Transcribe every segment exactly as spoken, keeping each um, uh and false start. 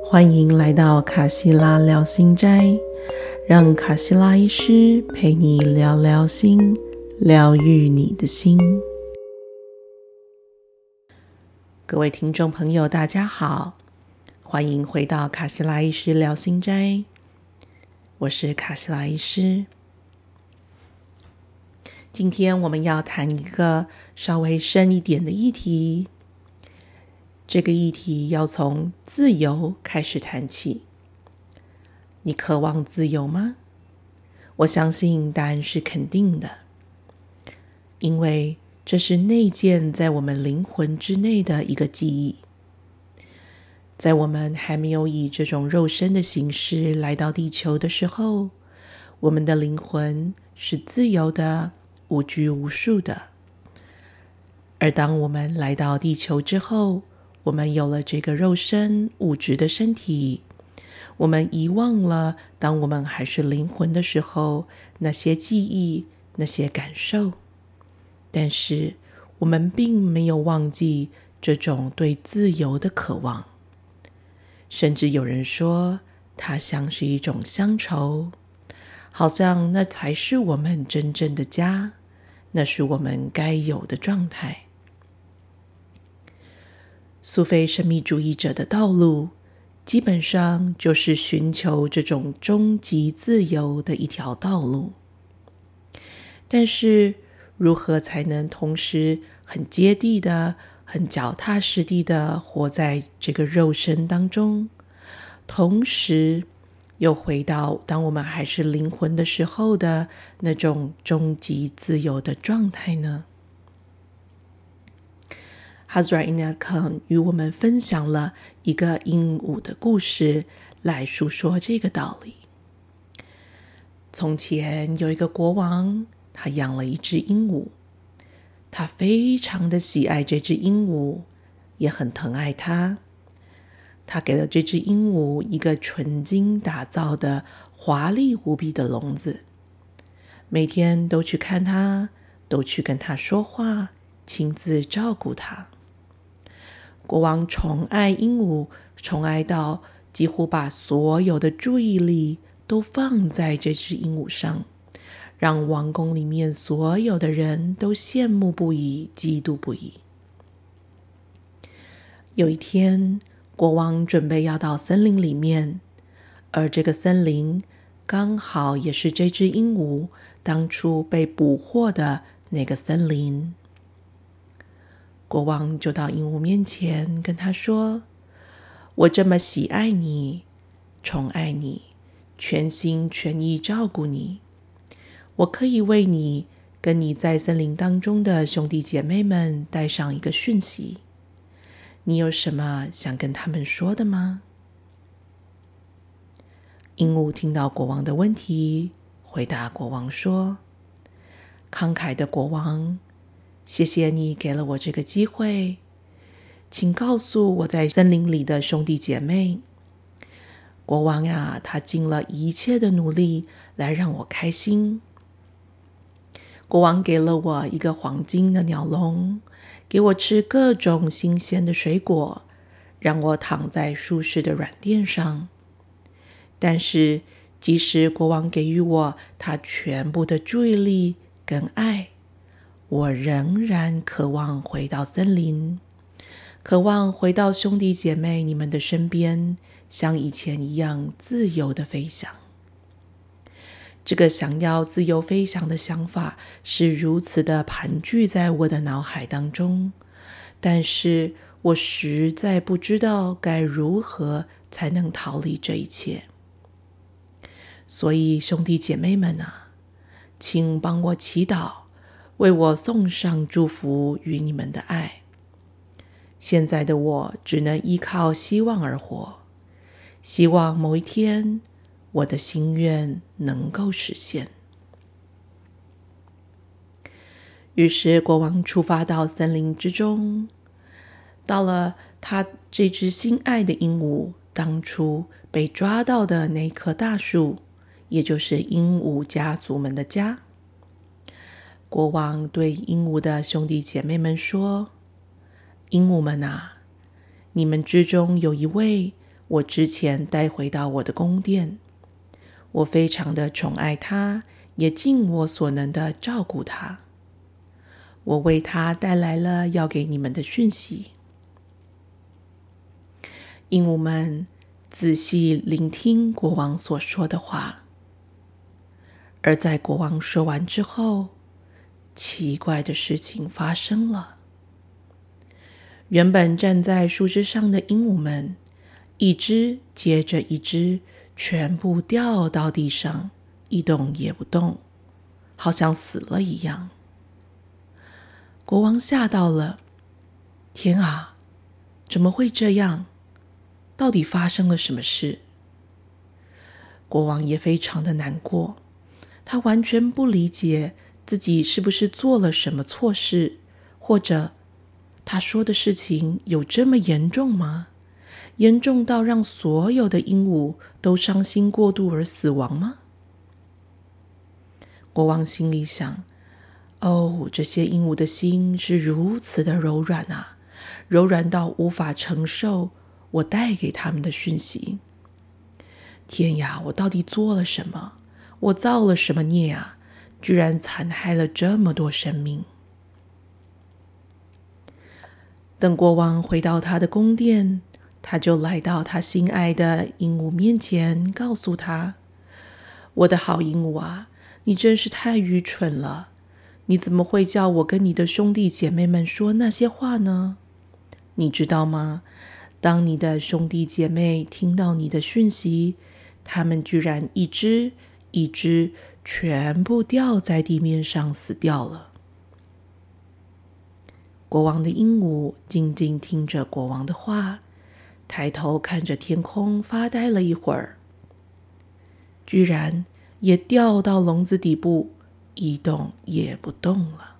欢迎来到卡西拉聊心斋，让卡西拉医师陪你聊聊心，疗愈你的心。各位听众朋友大家好，欢迎回到卡西拉医师聊心斋，我是卡西拉医师。今天我们要谈一个稍微深一点的议题，这个议题要从自由开始谈起。你渴望自由吗？我相信答案是肯定的，因为这是内建在我们灵魂之内的一个记忆。在我们还没有以这种肉身的形式来到地球的时候，我们的灵魂是自由的，无拘无束的。而当我们来到地球之后，我们有了这个肉身物质的身体，我们遗忘了当我们还是灵魂的时候那些记忆，那些感受。但是我们并没有忘记这种对自由的渴望，甚至有人说它像是一种乡愁，好像那才是我们真正的家，那是我们该有的状态。苏菲神秘主义者的道路基本上就是寻求这种终极自由的一条道路。但是如何才能同时很接地的、很脚踏实地的活在这个肉身当中，同时又回到当我们还是灵魂的时候的那种终极自由的状态呢？Hazrat Inayat Khan 与我们分享了一个鹦鹉的故事来述说这个道理。从前有一个国王，他养了一只鹦鹉，他非常的喜爱这只鹦鹉，也很疼爱它。他给了这只鹦鹉一个纯金打造的华丽无比的笼子，每天都去看它，都去跟它说话，亲自照顾它。国王宠爱鹦鹉，宠爱到几乎把所有的注意力都放在这只鹦鹉上，让王宫里面所有的人都羡慕不已，嫉妒不已。有一天，国王准备要到森林里面，而这个森林刚好也是这只鹦鹉当初被捕获的那个森林。国王就到鹦鹉面前跟他说，我这么喜爱你，宠爱你，全心全意照顾你，我可以为你跟你在森林当中的兄弟姐妹们带上一个讯息，你有什么想跟他们说的吗？鹦鹉听到国王的问题，回答国王说，慷慨的国王，谢谢你给了我这个机会，请告诉我在森林里的兄弟姐妹，国王呀，他尽了一切的努力来让我开心。国王给了我一个黄金的鸟笼，给我吃各种新鲜的水果，让我躺在舒适的软垫上。但是即使国王给予我他全部的注意力跟爱，我仍然渴望回到森林，渴望回到兄弟姐妹你们的身边，像以前一样自由的飞翔。这个想要自由飞翔的想法是如此的盘踞在我的脑海当中，但是我实在不知道该如何才能逃离这一切。所以兄弟姐妹们啊，请帮我祈祷，为我送上祝福与你们的爱。现在的我只能依靠希望而活，希望某一天我的心愿能够实现。于是国王出发到森林之中，到了他这只心爱的鹦鹉当初被抓到的那棵大树，也就是鹦鹉家族们的家。国王对鹦鹉的兄弟姐妹们说，鹦鹉们啊，你们之中有一位我之前带回到我的宫殿。我非常的宠爱它，也尽我所能的照顾它。我为它带来了要给你们的讯息。鹦鹉们仔细聆听国王所说的话，而在国王说完之后，奇怪的事情发生了。原本站在树枝上的鹦鹉们，一只接着一只，全部掉到地上，一动也不动，好像死了一样。国王吓到了，天啊，怎么会这样？到底发生了什么事？国王也非常的难过，他完全不理解自己是不是做了什么错事，或者他说的事情有这么严重吗？严重到让所有的鹦鹉都伤心过度而死亡吗？国王心里想，哦，这些鹦鹉的心是如此的柔软啊，柔软到无法承受我带给他们的讯息。天呀，我到底做了什么？我造了什么孽啊？居然残害了这么多生命。等国王回到他的宫殿，他就来到他心爱的鹦鹉面前，告诉他，我的好鹦鹉啊，你真是太愚蠢了，你怎么会叫我跟你的兄弟姐妹们说那些话呢？你知道吗？当你的兄弟姐妹听到你的讯息，他们居然一只一只全部掉在地面上死掉了。国王的鹦鹉静静听着国王的话，抬头看着天空发呆了一会儿，居然也掉到笼子底部，一动也不动了。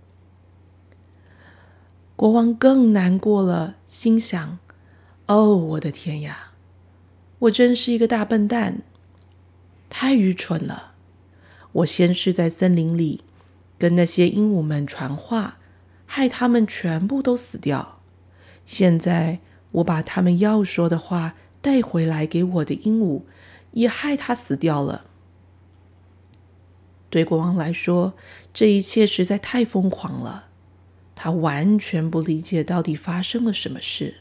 国王更难过了，心想，哦，我的天呀，我真是一个大笨蛋，太愚蠢了。我先是在森林里跟那些鹦鹉们传话，害他们全部都死掉。现在我把他们要说的话带回来给我的鹦鹉，也害它死掉了。对国王来说，这一切实在太疯狂了，他完全不理解到底发生了什么事。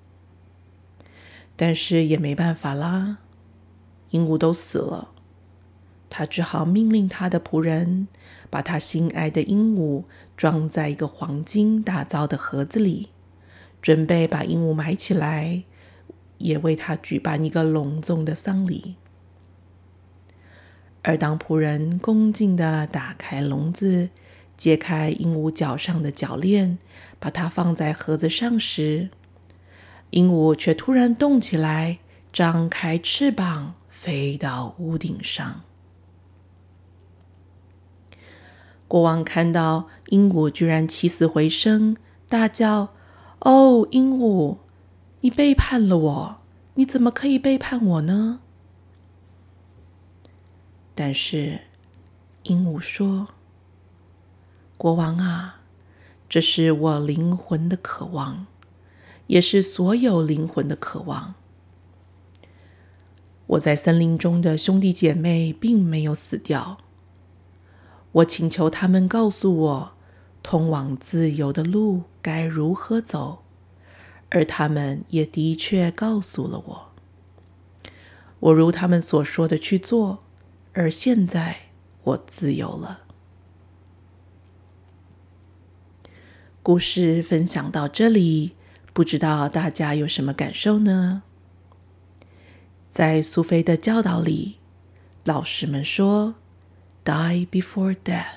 但是也没办法啦，鹦鹉都死了，他只好命令他的仆人把他心爱的鹦鹉装在一个黄金打造的盒子里，准备把鹦鹉埋起来，也为他举办一个隆重的丧礼。而当仆人恭敬地打开笼子，揭开鹦鹉脚上的脚链，把它放在盒子上时，鹦鹉却突然动起来，张开翅膀飞到屋顶上。国王看到鹦鹉居然起死回生，大叫，哦，鹦鹉，你背叛了我，你怎么可以背叛我呢？但是鹦鹉说，国王啊，这是我灵魂的渴望，也是所有灵魂的渴望。我在森林中的兄弟姐妹并没有死掉，我请求他们告诉我通往自由的路该如何走，而他们也的确告诉了我。我如他们所说的去做，而现在我自由了。故事分享到这里，不知道大家有什么感受呢？在苏菲的教导里，老师们说 Die before death，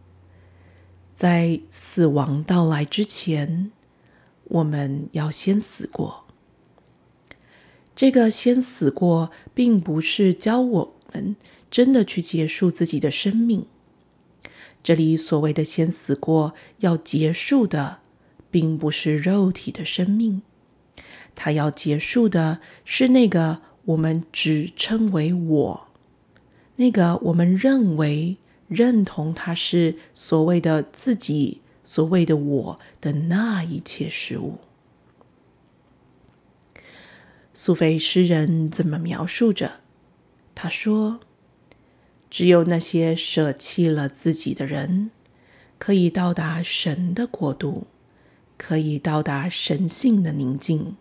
在死亡到来之前，我们要先死过。这个先死过并不是教我们真的去结束自己的生命，这里所谓的先死过要结束的并不是肉体的生命，它要结束的是那个我们只称为我，那个我们认为认同它是所谓的自己，所谓的我的那一切事物。 苏菲诗人这么描述着，他说，只有那些舍弃了自己的人，可以到达神的国度，可以到达神性的宁静。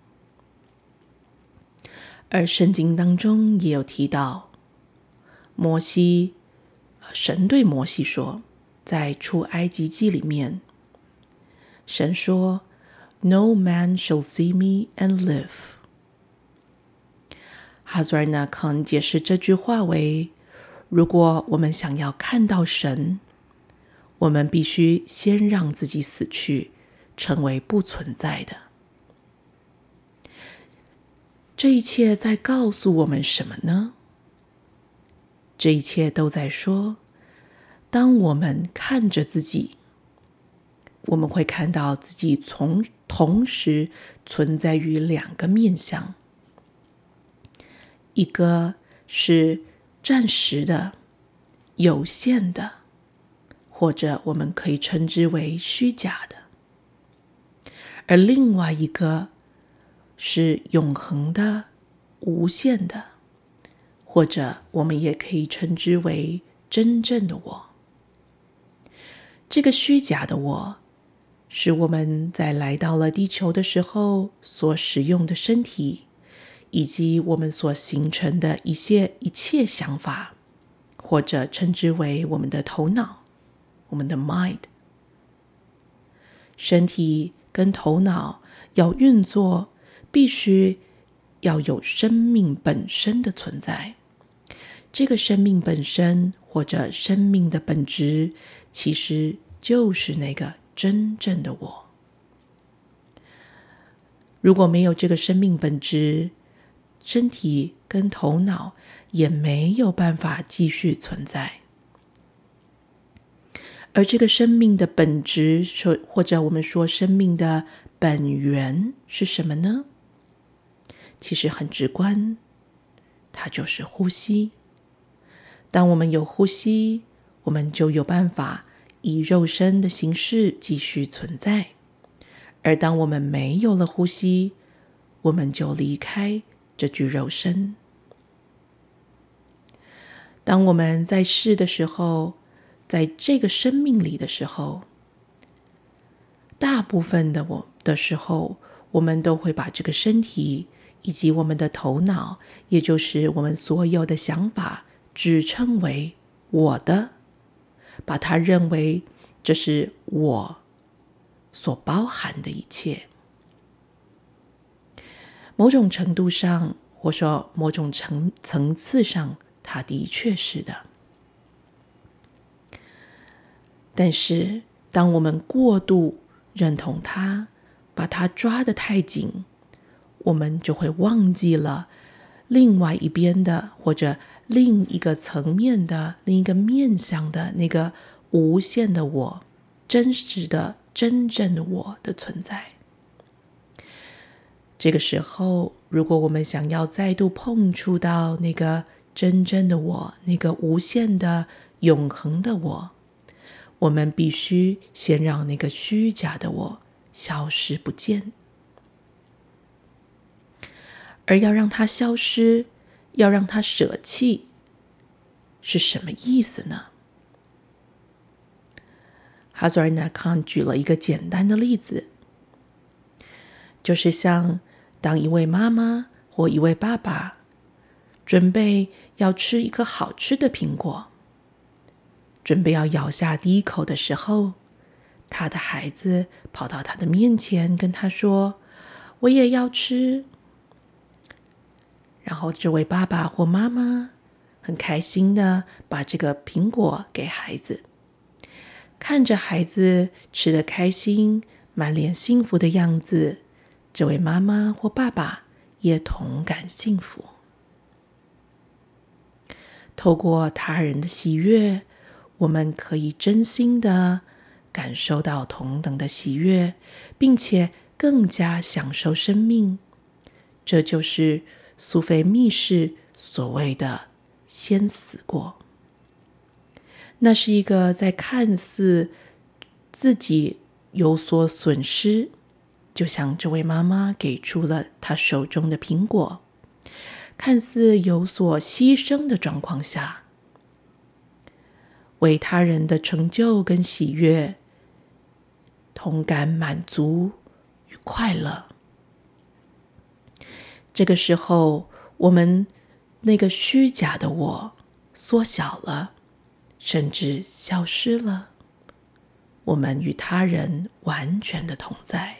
而圣经当中也有提到，摩西，神对摩西说，在出埃及记里面，神说 No man shall see me and live。 哈祖尔纳康解释这句话为，如果我们想要看到神，我们必须先让自己死去，成为不存在的。这一切在告诉我们什么呢？这一切都在说，当我们看着自己，我们会看到自己从同时存在于两个面向，一个是暂时的、有限的，或者我们可以称之为虚假的，而另外一个是永恒的、无限的，或者我们也可以称之为真正的我。这个虚假的我，是我们在来到了地球的时候所使用的身体，以及我们所形成的一些一切想法，或者称之为我们的头脑，我们的 mind。 身体跟头脑要运作，必须要有生命本身的存在。这个生命本身，或者生命的本质，其实就是那个真正的我。如果没有这个生命本质，身体跟头脑也没有办法继续存在。而这个生命的本质，或者我们说生命的本源是什么呢？其实很直观，它就是呼吸。当我们有呼吸，我们就有办法以肉身的形式继续存在。而当我们没有了呼吸，我们就离开这具肉身。当我们在世的时候，在这个生命里的时候，大部分的我的时候，我们都会把这个身体以及我们的头脑，也就是我们所有的想法，指称为我的，把它认为这是我所包含的一切。某种程度上，或说某种层层次上，它的确是的。但是当我们过度认同它，把它抓得太紧，我们就会忘记了另外一边的，或者另一个层面的，另一个面向的那个无限的我，真实的真正的我的存在。这个时候，如果我们想要再度碰触到那个真正的我，那个无限的永恒的我，我们必须先让那个虚假的我消失不见。而要让它消失，要让它舍弃，是什么意思呢？哈佐尔纳康举了一个简单的例子，就是像当一位妈妈或一位爸爸准备要吃一个好吃的苹果，准备要咬下第一口的时候，他的孩子跑到他的面前跟他说，我也要吃。然后这位爸爸或妈妈很开心的把这个苹果给孩子，看着孩子吃得开心，满脸幸福的样子，这位妈妈或爸爸也同感幸福。透过他人的喜悦，我们可以真心的感受到同等的喜悦，并且更加享受生命。这就是苏菲密室所谓的先死过。那是一个在看似自己有所损失，就像这位妈妈给出了她手中的苹果， 看似有所牺牲的状况下，为他人的成就跟喜悦同感满足与快乐。这个时候，我们那个虚假的我缩小了，甚至消失了，我们与他人完全的同在。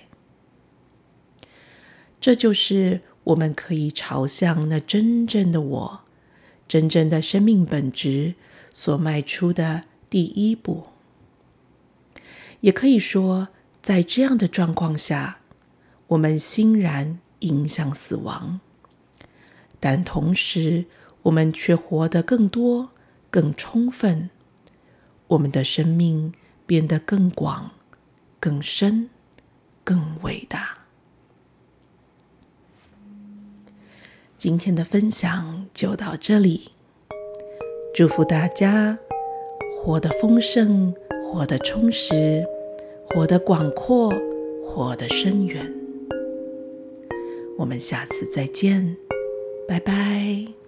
这就是我们可以朝向那真正的我，真正的生命本质所迈出的第一步。也可以说，在这样的状况下，我们欣然迎向死亡，但同时我们却活得更多、更充分，我们的生命变得更广、更深、更伟大。今天的分享就到这里，祝福大家活得丰盛，活得充实，活得广阔，活得深远。我们下次再见，拜拜。